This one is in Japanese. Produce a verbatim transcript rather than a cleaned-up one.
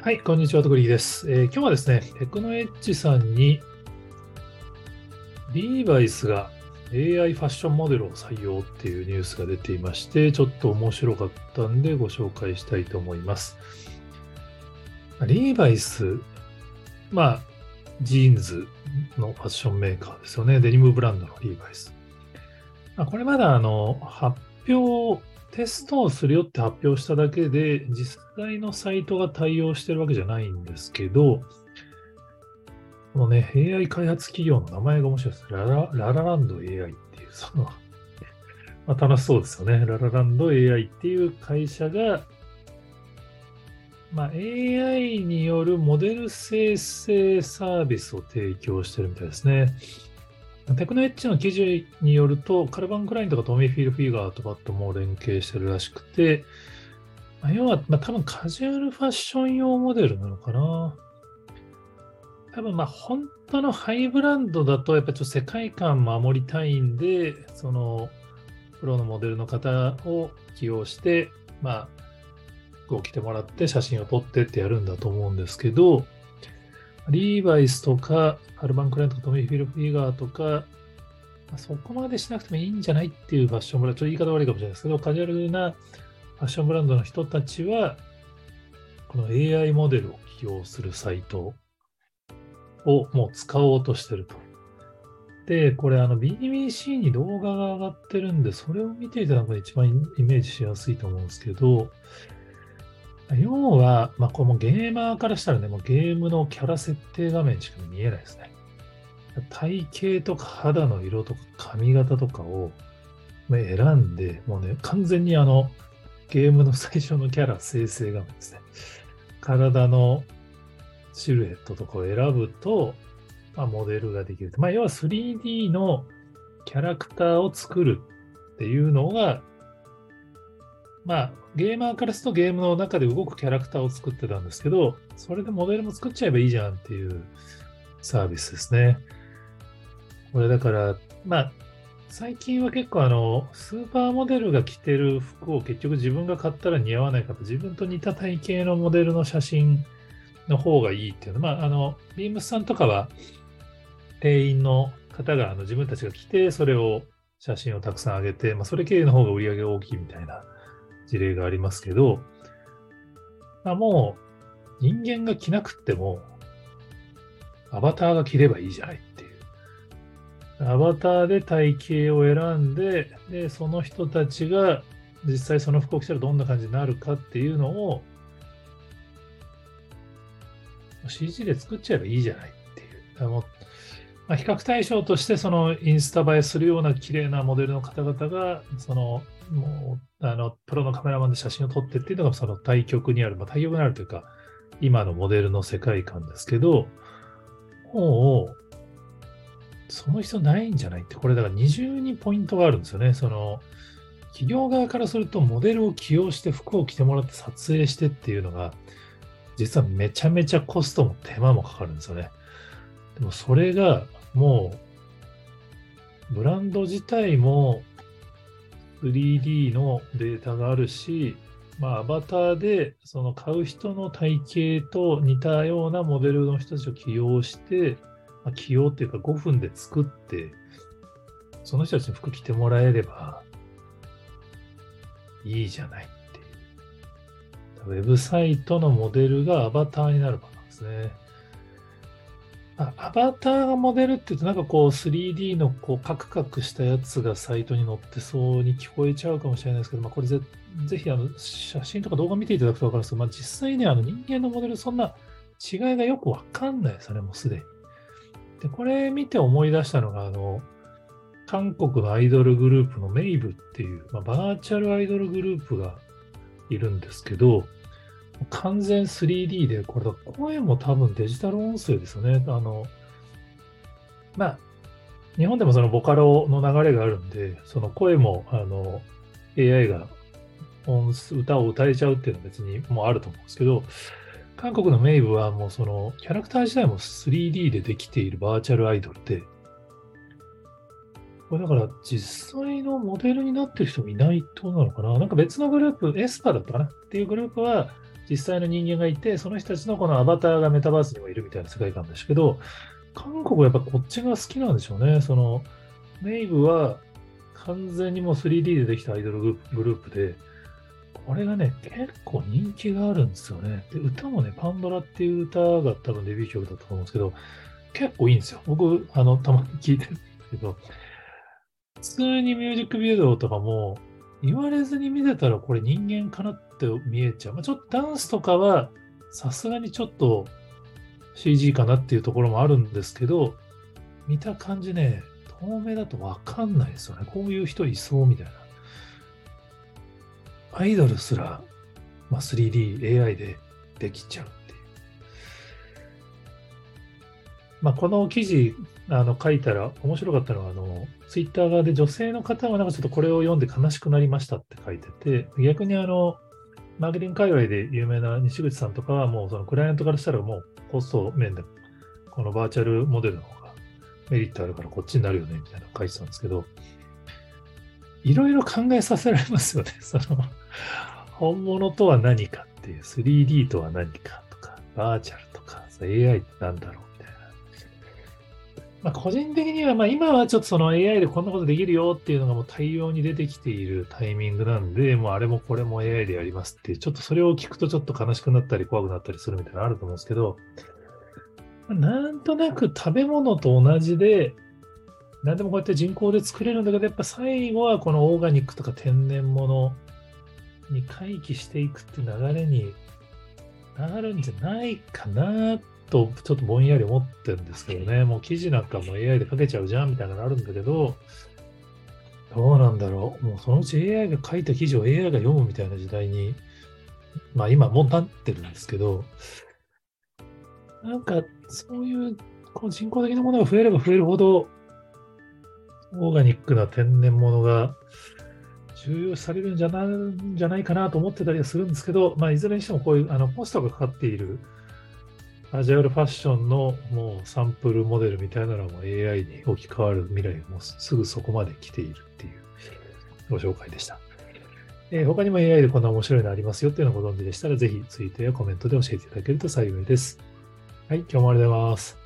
はい、こんにちは、とくりです、えー今日はですね、テクノエッジさんにリーバイスが エーアイ ファッションモデルを採用っていうニュースが出ていまして、ちょっと面白かったんでご紹介したいと思います。リーバイス、まあ、ジーンズのファッションメーカーですよね。デニムブランドのリーバイス。まあ、これまだあの発表、テストをするよって発表しただけで、実際のサイトが対応してるわけじゃないんですけど、このね、エーアイ 開発企業の名前が面白いです。ララララランド エーアイ っていう、その、まあ、楽しそうですよね。ララランド エーアイ っていう会社が、まあ、エーアイ によるモデル生成サービスを提供してるみたいですね。テクノエッジの記事によると、カルバン・クラインとかトミー・フィル・フィガーとかとも連携してるらしくて、まあ、要は、まあ、多分カジュアルファッション用モデルなのかな。多分まあ本当のハイブランドだとやっぱちょっと世界観守りたいんで、そのプロのモデルの方を起用して、まあ服を着てもらって写真を撮ってってやるんだと思うんですけど、リーバイスとかアルバン・クラインとかトミー・フィルフィーガーとか、まあそこまでしなくてもいいんじゃないっていうファッションブランド、ちょっと言い方悪いかもしれないですけど、カジュアルなファッションブランドの人たちは、この エーアイ モデルを起用するサイトをもう使おうとしてると。で、これあの ビービーシー に動画が上がってるんで、それを見ていただくのが一番イメージしやすいと思うんですけど、要は、まあ、このゲーマーからしたらね、もうゲームのキャラ設定画面しか見えないですね。体型とか肌の色とか髪型とかをまあ選んで、もうね、完全にあのゲームの最初のキャラ生成画面ですね。体のシルエットとかを選ぶと、まあ、モデルができる。まあ、要は スリーディー のキャラクターを作るっていうのが、まあ、ゲーマーからするとゲームの中で動くキャラクターを作ってたんですけど、それでモデルも作っちゃえばいいじゃんっていうサービスですね。これだから、まあ、最近は結構あの、スーパーモデルが着てる服を結局自分が買ったら似合わないから、自分と似た体型のモデルの写真の方がいいっていうのは、まあ、あの、ビームスさんとかは店員の方があの自分たちが着て、それを写真をたくさん上げて、まあ、それ系の方が売り上げが大きいみたいな事例がありますけど、まあ、もう人間が着なくっても、アバターが着ればいいじゃないっていう。アバターで体型を選んで、で、その人たちが実際その服を着たらどんな感じになるかっていうのを シージー で作っちゃえばいいじゃないっていう。あのまあ、比較対象としてそのインスタ映えするような綺麗なモデルの方々が、そのもうあのプロのカメラマンで写真を撮ってっていうのがその対極にある、まあ、対極にあるというか、今のモデルの世界観ですけど、もうその人ないんじゃないって、これだから二重にポイントがあるんですよね。その企業側からするとモデルを起用して服を着てもらって撮影してっていうのが、実はめちゃめちゃコストも手間もかかるんですよね。でもそれがもうブランド自体も スリーディー のデータがあるし、まあ、アバターでその買う人の体型と似たようなモデルの人たちを起用して、まあ、起用っていうかごふんで作って、その人たちに服着てもらえればいいじゃないっていう。ウェブサイトのモデルがアバターになるからなんですね。あアバターがモデルって言うと、なんかこう スリーディー のこうカクカクしたやつがサイトに載ってそうに聞こえちゃうかもしれないですけど、まあ、これぜぜひあの写真とか動画見ていただくと分かるんですけど、まあ、実際ね、あの人間のモデル、そんな違いがよくわかんないですよね、もうすでに。で、これ見て思い出したのが、あの、韓国のアイドルグループのメイブっていう、まあ、バーチャルアイドルグループがいるんですけど、完全 スリーディー で、これだ、声も多分デジタル音声ですよね。あの、まあ、日本でもそのボカロの流れがあるんで、その声もあの エーアイ が音歌を歌えちゃうっていうのは別にもうあると思うんですけど、韓国のメイブはもうそのキャラクター自体も スリーディー でできているバーチャルアイドルで、これだから実際のモデルになってる人もいないとなのかな。なんか別のグループ、エスパだったかなっていうグループは実際の人間がいて、その人たちのこのアバターがメタバースにもいるみたいな世界観ですけど、韓国はやっぱこっちが好きなんでしょうね。その、ネイブは完全にもう スリーディー でできたアイドルグループで、これがね、結構人気があるんですよね。で、歌もね、パンドラっていう歌が多分デビュー曲だったと思うんですけど、結構いいんですよ。僕、あの、たまに聞いてるんですけど、普通にミュージックビデオとかも、言われずに見てたらこれ人間かなって見えちゃう。まあ、ちょっとダンスとかは、さすがにちょっと シージー かなっていうところもあるんですけど、見た感じね、透明だとわかんないですよね。こういう人いそうみたいな。アイドルすら、まあ、スリーディー、エーアイ でできちゃうっていう。まあ、この記事あの書いたら面白かったのは、あの、ツイッター側で女性の方はなんかちょっとこれを読んで悲しくなりましたって書いてて、逆にあの、マーケティング界隈で有名な西口さんとかはもうそのクライアントからしたらもうコスト面でこのバーチャルモデルの方がメリットあるからこっちになるよねみたいなの書いてたんですけど、いろいろ考えさせられますよね。その本物とは何かっていう、スリーディー とは何かとか、バーチャルとか、エーアイ って何だろうみたいな。まあ、個人的には、まあ、今はちょっとその エーアイ でこんなことできるよっていうのがもう大量に出てきているタイミングなんで、もうあれもこれも エーアイ でやりますっていう、ちょっとそれを聞くとちょっと悲しくなったり怖くなったりするみたいなのあると思うんですけど、なんとなく食べ物と同じで、何でもこうやって人工で作れるんだけど、やっぱ最後はこのオーガニックとか天然物に回帰していくって流れになるんじゃないかなと、ちょっとぼんやり思ってるんですけどね。もう記事なんかも エーアイ で書けちゃうじゃんみたいなのあるんだけど、どうなんだろう。もうそのうち エーアイ が書いた記事を エーアイ が読むみたいな時代に、まあ今もうなってるんですけど、なんかそういうこう人工的なものが増えれば増えるほど、オーガニックな天然物が重要視されるんじゃないんじゃないかなと思ってたりはするんですけど、まあ、いずれにしてもこういうあのコストがかかっているアジャイルファッションのもうサンプルモデルみたいなのも エーアイ に置き換わる未来もすぐそこまで来ているっていうご紹介でした。えー、他にも エーアイ でこんな面白いのありますよっていうのをご存知でしたら、ぜひツイートやコメントで教えていただけると幸いです。はい、今日もありがとうございます。